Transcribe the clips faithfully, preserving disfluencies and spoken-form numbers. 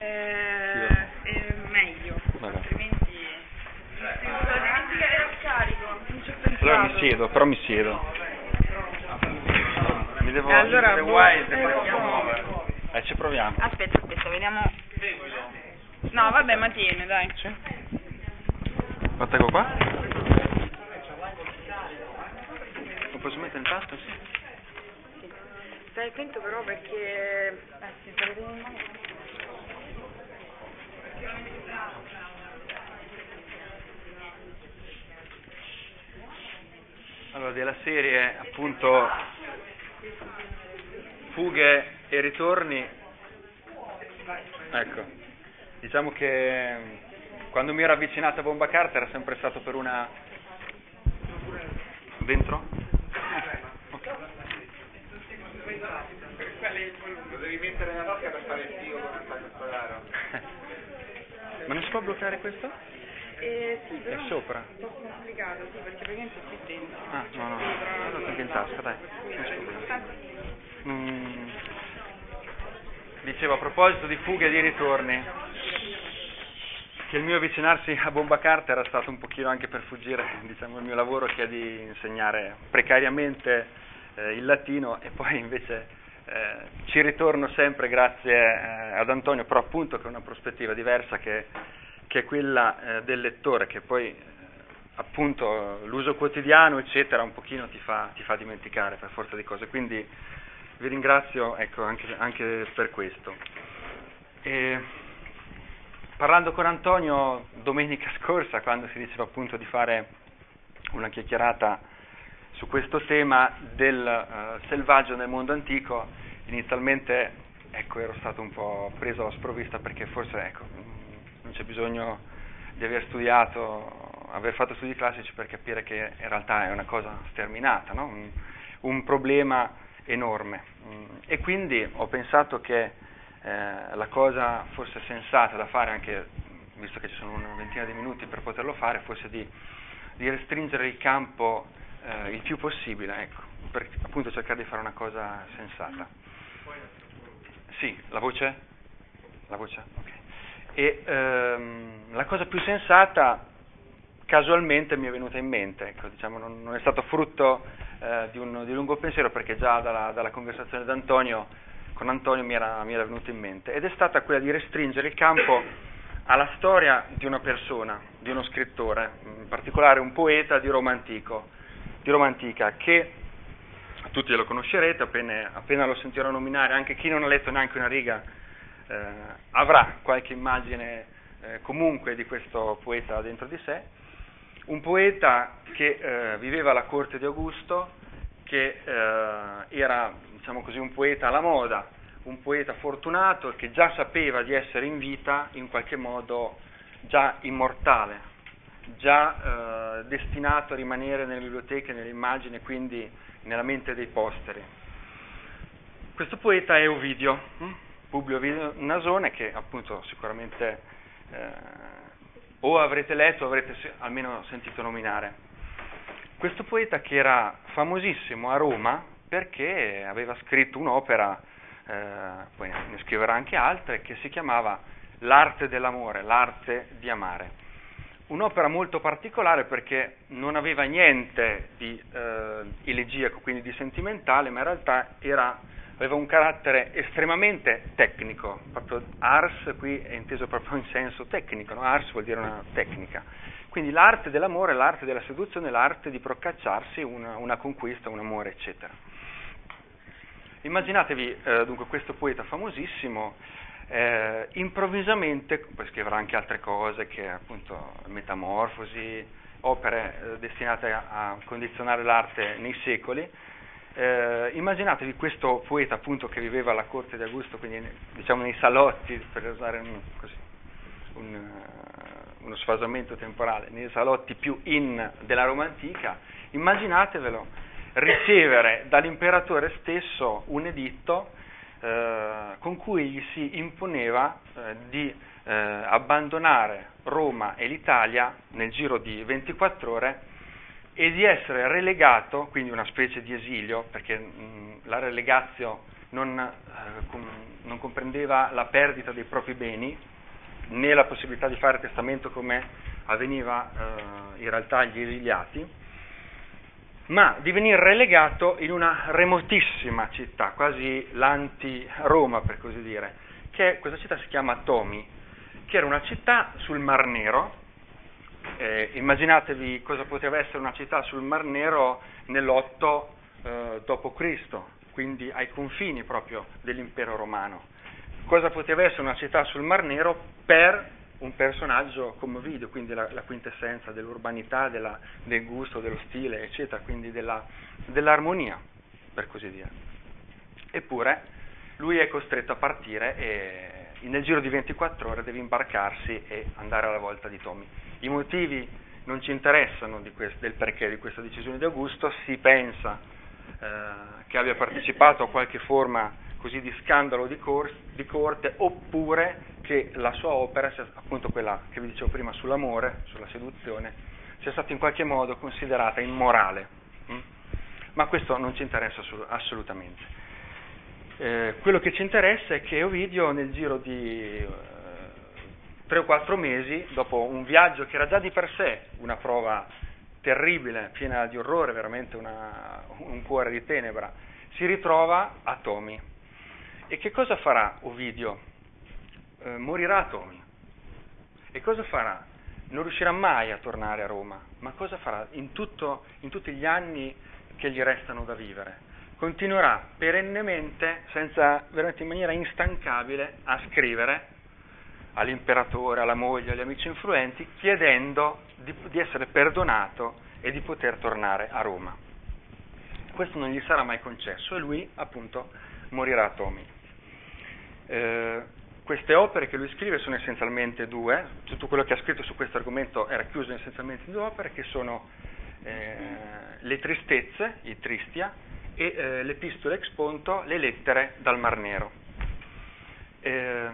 Eh, Sì. è meglio, Vabbè. altrimenti devo dimenticare il carico, non ci ho pensato. Allora mi siedo, però mi siedo. Mi devo... E allora, se boh, vuoi, eh, se lo possiamo so. muovere. Eh, ci proviamo. Aspetta, aspetta, vediamo. No, vabbè, ma tiene, dai. Sì. Lo tengo qua? Lo posso mettere in tasca? Sì. Stai attento però perché... Eh sì, te lo devo in mano. Allora, della serie, appunto, fughe e ritorni, ecco, diciamo che quando mi ero avvicinato a Bomba Carta era sempre stato per una... Dentro? Ok. Lo devi mettere nella tasca per fare il tiro con il taglio solare. Ma non si può bloccare questo? Eh sì, però È sopra. è un po' complicato, sì, perché praticamente è qui dentro. Ah, no, no, no, lo tengo in tasca, dai. Non si può. Mm. Dicevo, a proposito di fughe e di ritorni, che il mio avvicinarsi a Bomba Carta era stato un pochino anche per fuggire, diciamo, il mio lavoro, che è di insegnare precariamente eh, il latino, e poi invece eh, ci ritorno sempre grazie eh, ad Antonio, però appunto che è una prospettiva diversa, che, che è quella eh, del lettore, che poi eh, appunto l'uso quotidiano eccetera un pochino ti fa, ti fa dimenticare per forza di cose, quindi vi ringrazio, ecco, anche, anche per questo. E, parlando con Antonio domenica scorsa, quando si diceva appunto di fare una chiacchierata su questo tema del uh, selvaggio nel mondo antico, inizialmente, ecco, ero stato un po' preso alla sprovvista, perché forse, ecco, non c'è bisogno di aver studiato, aver fatto studi classici per capire che in realtà è una cosa sterminata, no? un, un problema enorme, e quindi ho pensato che eh, la cosa forse sensata da fare, anche visto che ci sono una ventina di minuti per poterlo fare, fosse di, di restringere il campo eh, il più possibile, ecco, per appunto cercare di fare una cosa sensata. Sì, la voce? La voce? Ok. E ehm, la cosa più sensata casualmente mi è venuta in mente, ecco, diciamo, non, non è stato frutto eh, di un di lungo pensiero, perché già dalla, dalla conversazione d'Antonio, con Antonio mi era, mi era venuta in mente, ed è stata quella di restringere il campo alla storia di una persona, di uno scrittore, in particolare un poeta di Roma antico, di Roma antica, che tutti lo conoscerete, appena, appena lo sentirò nominare, anche chi non ha letto neanche una riga eh, avrà qualche immagine eh, comunque di questo poeta dentro di sé. Un poeta che eh, viveva alla corte di Augusto, che eh, era, diciamo così, un poeta alla moda, un poeta fortunato, che già sapeva di essere in vita, in qualche modo già immortale, già eh, destinato a rimanere nelle biblioteche, nelle immagini, quindi nella mente dei posteri. Questo poeta è Ovidio, hm? Publio Ovidio Nasone, che appunto sicuramente eh, o avrete letto o avrete se- almeno sentito nominare. Questo poeta, che era famosissimo a Roma perché aveva scritto un'opera, eh, poi ne scriverà anche altre, che si chiamava L'arte dell'amore, l'arte di amare. Un'opera molto particolare, perché non aveva niente di eh, elegiaco, quindi di sentimentale, ma in realtà era, aveva un carattere estremamente tecnico, proprio ars qui è inteso proprio in senso tecnico, no? Ars vuol dire una tecnica, quindi l'arte dell'amore, l'arte della seduzione, l'arte di procacciarsi una, una conquista, un amore, eccetera. Immaginatevi eh, dunque questo poeta famosissimo, eh, improvvisamente, poi scriverà anche altre cose, che appunto Metamorfosi, opere eh, destinate a, a condizionare l'arte nei secoli. Eh, immaginatevi questo poeta appunto che viveva alla corte di Augusto, quindi diciamo nei salotti, per usare un, così, un, uh, uno sfasamento temporale, nei salotti più in della Roma antica. Immaginatevelo ricevere dall'imperatore stesso un editto eh, con cui gli si imponeva eh, di eh, abbandonare Roma e l'Italia nel giro di ventiquattro ore e di essere relegato, quindi una specie di esilio, perché mh, la relegatio non, eh, com- non comprendeva la perdita dei propri beni, né la possibilità di fare testamento come avveniva eh, in realtà agli esiliati, ma di venire relegato in una remotissima città, quasi l'anti-Roma per così dire, che questa città si chiama Tomi, che era una città sul Mar Nero. Eh, immaginatevi cosa poteva essere una città sul Mar Nero nell'otto eh, dopo Cristo, quindi ai confini proprio dell'impero romano. Cosa poteva essere una città sul Mar Nero per un personaggio come Ovidio, quindi la, la quintessenza dell'urbanità, della, del gusto, dello stile, eccetera, quindi della, dell'armonia, per così dire. Eppure lui è costretto a partire e nel giro di ventiquattro ore deve imbarcarsi e andare alla volta di Tomi. I motivi non ci interessano di questo, del perché di questa decisione di Augusto. Si pensa eh, che abbia partecipato a qualche forma così di scandalo di, cor- di corte, oppure che la sua opera, sia, appunto quella che vi dicevo prima sull'amore, sulla seduzione, sia stata in qualche modo considerata immorale. Mm? Ma questo non ci interessa assolutamente. Eh, quello che ci interessa è che Ovidio nel giro di eh, tre o quattro mesi, dopo un viaggio che era già di per sé una prova terribile, piena di orrore, veramente una, un cuore di tenebra, si ritrova a Tomi. E che cosa farà Ovidio? Eh, morirà a Tomi. E cosa farà? Non riuscirà mai a tornare a Roma, ma cosa farà in, tutto, in tutti gli anni che gli restano da vivere? Continuerà perennemente, senza, veramente in maniera instancabile, a scrivere all'imperatore, alla moglie, agli amici influenti, chiedendo di, di essere perdonato e di poter tornare a Roma. Questo non gli sarà mai concesso e lui, appunto, morirà a Tomi. Eh, queste opere che lui scrive sono essenzialmente due, tutto quello che ha scritto su questo argomento era chiuso essenzialmente in due opere, che sono eh, le Tristezze, i Tristia, e eh, l'Epistole ex Ponto, le lettere dal Mar Nero. Eh,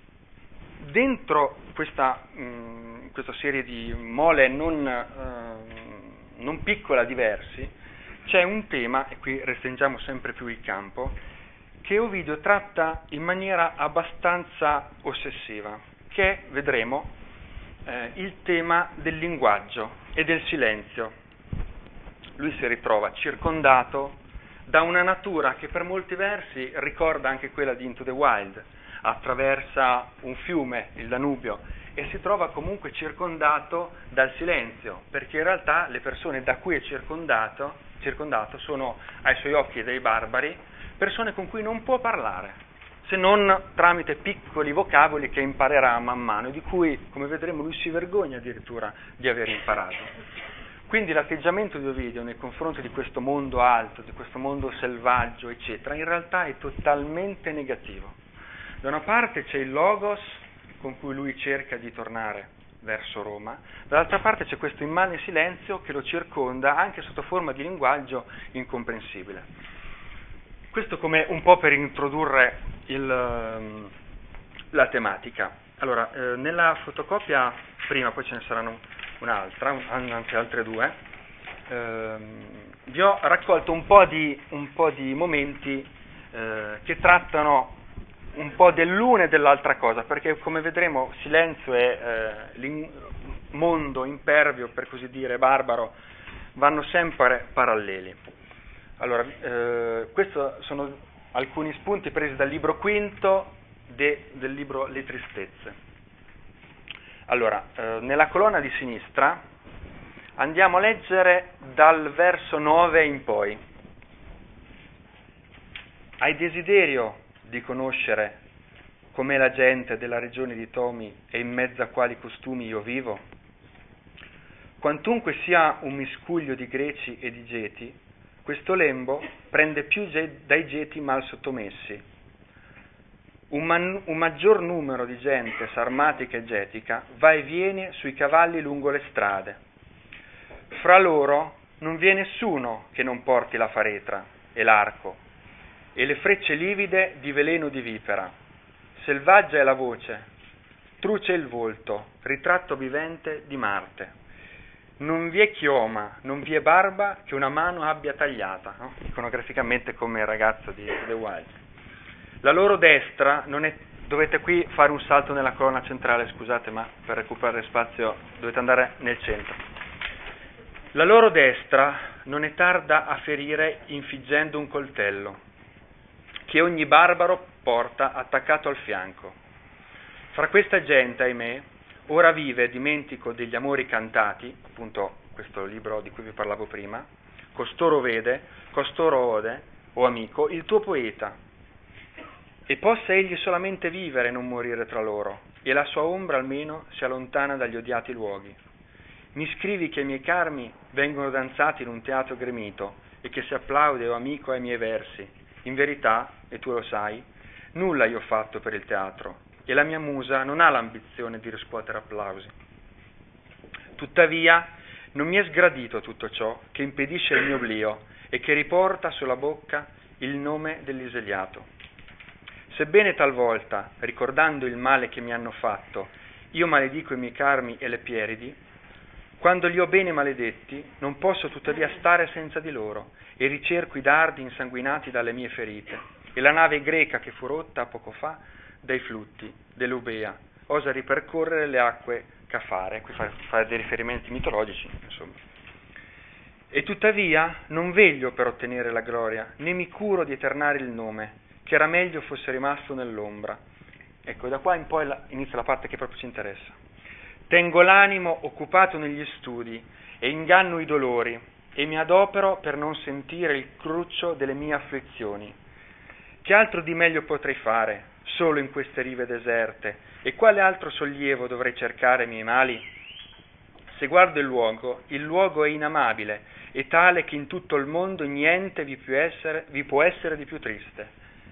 dentro questa, mh, questa serie di mole non, eh, non piccola di versi c'è un tema, e qui restringiamo sempre più il campo, che Ovidio tratta in maniera abbastanza ossessiva, che vedremo eh, il tema del linguaggio e del silenzio. Lui si ritrova circondato da una natura che per molti versi ricorda anche quella di Into the Wild, attraversa un fiume, il Danubio, e si trova comunque circondato dal silenzio, perché in realtà le persone da cui è circondato, circondato sono ai suoi occhi dei barbari, persone con cui non può parlare, se non tramite piccoli vocaboli che imparerà man mano, e di cui, come vedremo, lui si vergogna addirittura di aver imparato. Quindi l'atteggiamento di Ovidio nei confronti di questo mondo alto, di questo mondo selvaggio, eccetera, in realtà è totalmente negativo. Da una parte c'è il Logos, con cui lui cerca di tornare verso Roma, dall'altra parte c'è questo immane silenzio che lo circonda anche sotto forma di linguaggio incomprensibile. Questo come un po' per introdurre il, la tematica. Allora, eh, nella fotocopia prima, poi ce ne saranno un'altra, anzi altre due, ehm, vi ho raccolto un po' di, un po' di momenti eh, che trattano un po' dell'una e dell'altra cosa, perché come vedremo silenzio e eh, mondo impervio, per così dire, barbaro, vanno sempre paralleli. Allora, eh, questi sono alcuni spunti presi dal libro quinto de, del libro Le Tristezze. Allora, eh, nella colonna di sinistra andiamo a leggere dal verso nove in poi. Hai desiderio di conoscere com'è la gente della regione di Tomi e in mezzo a quali costumi io vivo? Quantunque sia un miscuglio di greci e di geti, questo lembo prende più ge- dai geti mal sottomessi. Un, man- un maggior numero di gente sarmatica e getica va e viene sui cavalli lungo le strade. Fra loro non vi è nessuno che non porti la faretra e l'arco e le frecce livide di veleno di vipera. Selvaggia è la voce, truce il volto, ritratto vivente di Marte. Non vi è chioma, non vi è barba che una mano abbia tagliata, no? Iconograficamente come il ragazzo di The Wild. La loro destra non è... Dovete qui fare un salto nella colonna centrale, scusate, ma per recuperare spazio dovete andare nel centro. La loro destra non è tarda a ferire infiggendo un coltello, che ogni barbaro porta attaccato al fianco. Fra questa gente, ahimè, ora vive, dimentico degli amori cantati, appunto questo libro di cui vi parlavo prima, costoro vede, costoro ode, o amico, il tuo poeta, e possa egli solamente vivere e non morire tra loro, e la sua ombra almeno si allontana dagli odiati luoghi. Mi scrivi che i miei carmi vengono danzati in un teatro gremito, e che si applaude, o amico, ai miei versi. In verità, e tu lo sai, nulla io ho fatto per il teatro, e la mia musa non ha l'ambizione di riscuotere applausi. Tuttavia, non mi è sgradito tutto ciò che impedisce il mio oblio e che riporta sulla bocca il nome dell'esiliato. Sebbene talvolta, ricordando il male che mi hanno fatto, io maledico i miei carmi e le Pieridi, quando li ho bene maledetti, non posso tuttavia stare senza di loro, e ricerco i dardi insanguinati dalle mie ferite, e la nave greca che fu rotta poco fa dai flutti dell'Ubea osa ripercorrere le acque Cafare, qui fa, fa dei riferimenti mitologici, insomma. E tuttavia non veglio per ottenere la gloria, né mi curo di eternare il nome, che era meglio fosse rimasto nell'ombra. Ecco, da qua in poi la, inizia la parte che proprio ci interessa. Tengo l'animo occupato negli studi e inganno i dolori e mi adopero per non sentire il cruccio delle mie afflizioni. Che altro di meglio potrei fare solo in queste rive deserte, e quale altro sollievo dovrei cercare ai miei mali? Se guardo il luogo, il luogo è inamabile e tale che in tutto il mondo niente vi può essere, vi può essere di più triste.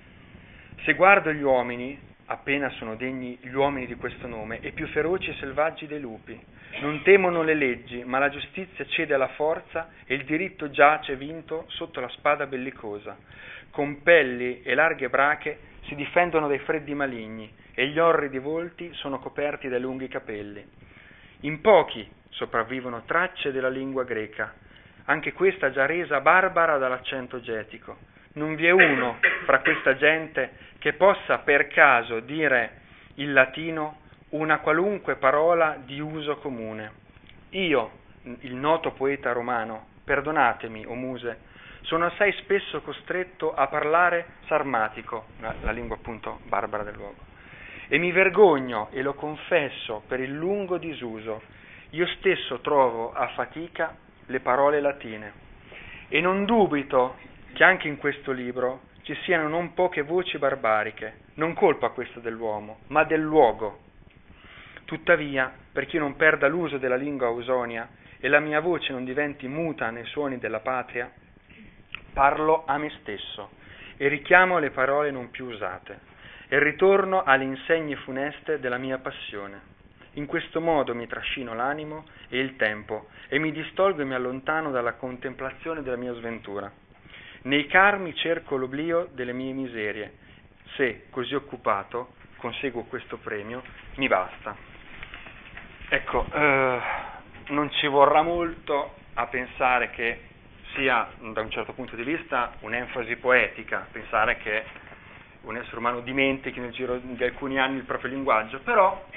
Se guardo gli uomini, appena sono degni gli uomini di questo nome, e più feroci e selvaggi dei lupi. Non temono le leggi, ma la giustizia cede alla forza e il diritto giace vinto sotto la spada bellicosa. Con pelli e larghe brache si difendono dai freddi maligni e gli orridi volti sono coperti dai lunghi capelli. In pochi sopravvivono tracce della lingua greca, anche questa già resa barbara dall'accento getico. Non vi è uno fra questa gente che possa per caso dire il latino una qualunque parola di uso comune. Io, il noto poeta romano, perdonatemi, o muse, sono assai spesso costretto a parlare sarmatico, la, la lingua appunto barbara del luogo, e mi vergogno, e lo confesso, per il lungo disuso. Io stesso trovo a fatica le parole latine, e non dubito che anche in questo libro ci siano non poche voci barbariche, non colpa questa dell'uomo, ma del luogo. Tuttavia, perché io non perda l'uso della lingua ausonia e la mia voce non diventi muta nei suoni della patria, parlo a me stesso e richiamo le parole non più usate e ritorno alle insegne funeste della mia passione. In questo modo mi trascino l'animo e il tempo e mi distolgo e mi allontano dalla contemplazione della mia sventura. Nei carmi cerco l'oblio delle mie miserie. Se, così occupato, conseguo questo premio, mi basta. Ecco, eh, non ci vorrà molto a pensare che sia, da un certo punto di vista, un'enfasi poetica, pensare che un essere umano dimentichi nel giro di alcuni anni il proprio linguaggio, però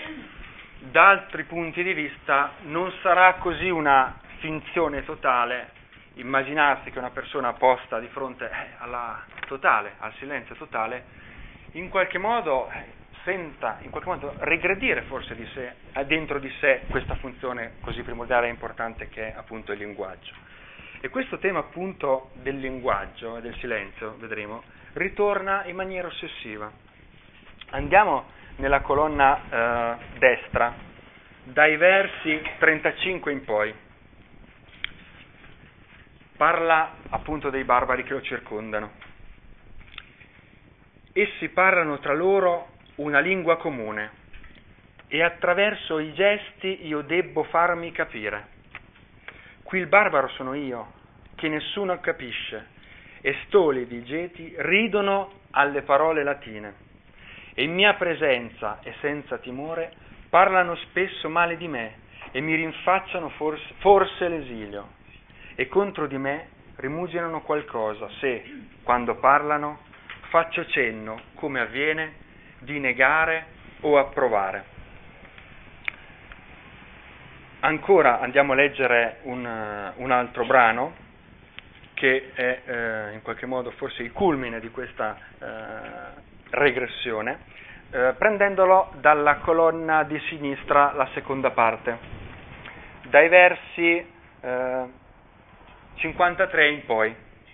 da altri punti di vista non sarà così una finzione totale immaginarsi che una persona posta di fronte alla totale, al silenzio totale, in qualche modo senta, in qualche modo regredire forse di sé, dentro di sé questa funzione così primordiale e importante che è appunto il linguaggio. E questo tema appunto del linguaggio e del silenzio, vedremo, ritorna in maniera ossessiva. Andiamo nella colonna eh, destra, dai versi trentacinque in poi. Parla appunto dei barbari che lo circondano. Essi parlano tra loro una lingua comune e attraverso i gesti io debbo farmi capire. Qui il barbaro sono io, che nessuno capisce, e stolidi geti ridono alle parole latine, e in mia presenza e senza timore parlano spesso male di me e mi rinfacciano forse, forse l'esilio, e contro di me rimuginano qualcosa se, quando parlano, faccio cenno, come avviene, di negare o approvare. Ancora andiamo a leggere un, un altro brano che è eh, in qualche modo forse il culmine di questa eh, regressione, eh, prendendolo dalla colonna di sinistra, la seconda parte, dai versi eh, cinquantatré in poi.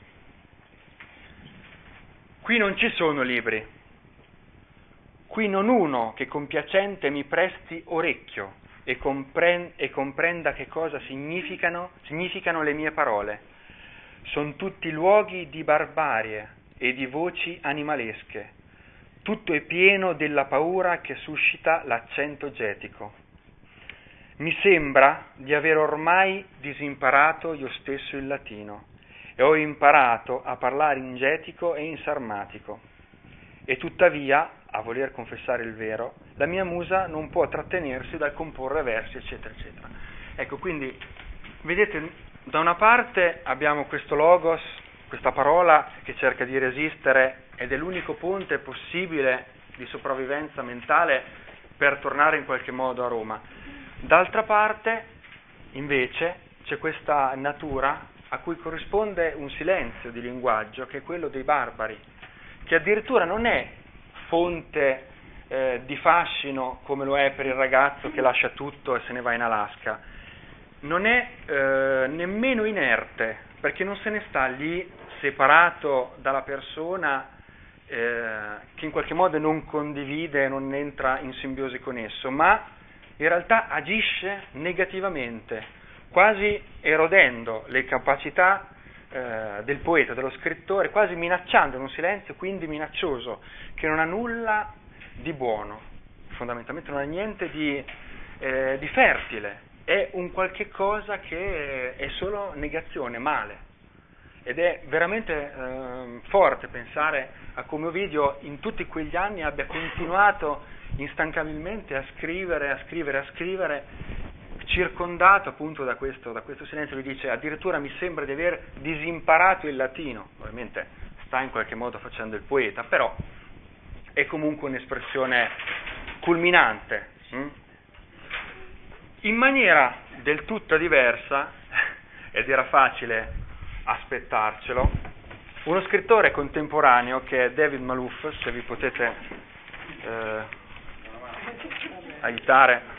Qui non ci sono libri, qui non uno che compiacente mi presti orecchio e, compren- e comprenda che cosa significano, significano le mie parole. Son tutti luoghi di barbarie e di voci animalesche, tutto è pieno della paura che suscita l'accento getico. Mi sembra di aver ormai disimparato io stesso il latino e ho imparato a parlare in getico e in sarmatico. E tuttavia, a voler confessare il vero, la mia musa non può trattenersi dal comporre versi, eccetera, eccetera. Ecco, quindi, vedete, da una parte abbiamo questo logos, questa parola che cerca di resistere ed è l'unico ponte possibile di sopravvivenza mentale per tornare in qualche modo a Roma. D'altra parte, invece, c'è questa natura a cui corrisponde un silenzio di linguaggio, che è quello dei barbari, che addirittura non è fonte eh, di fascino come lo è per il ragazzo che lascia tutto e se ne va in Alaska, non è eh, nemmeno inerte, perché non se ne sta lì separato dalla persona eh, che in qualche modo non condivide, non entra in simbiosi con esso, ma in realtà agisce negativamente, quasi erodendo le capacità eh, del poeta, dello scrittore, quasi minacciando in un silenzio quindi minaccioso, che non ha nulla di buono, fondamentalmente non ha niente di, eh, di fertile, è un qualche cosa che è solo negazione, male. Ed è veramente eh, forte pensare a come Ovidio in tutti quegli anni abbia continuato instancabilmente a scrivere, a scrivere, a scrivere, circondato appunto da questo, da questo silenzio. Lui dice addirittura mi sembra di aver disimparato il latino, ovviamente sta in qualche modo facendo il poeta, però è comunque un'espressione culminante. Hm? In maniera del tutto diversa, ed era facile aspettarcelo, uno scrittore contemporaneo che è David Malouf, se vi potete eh, aiutare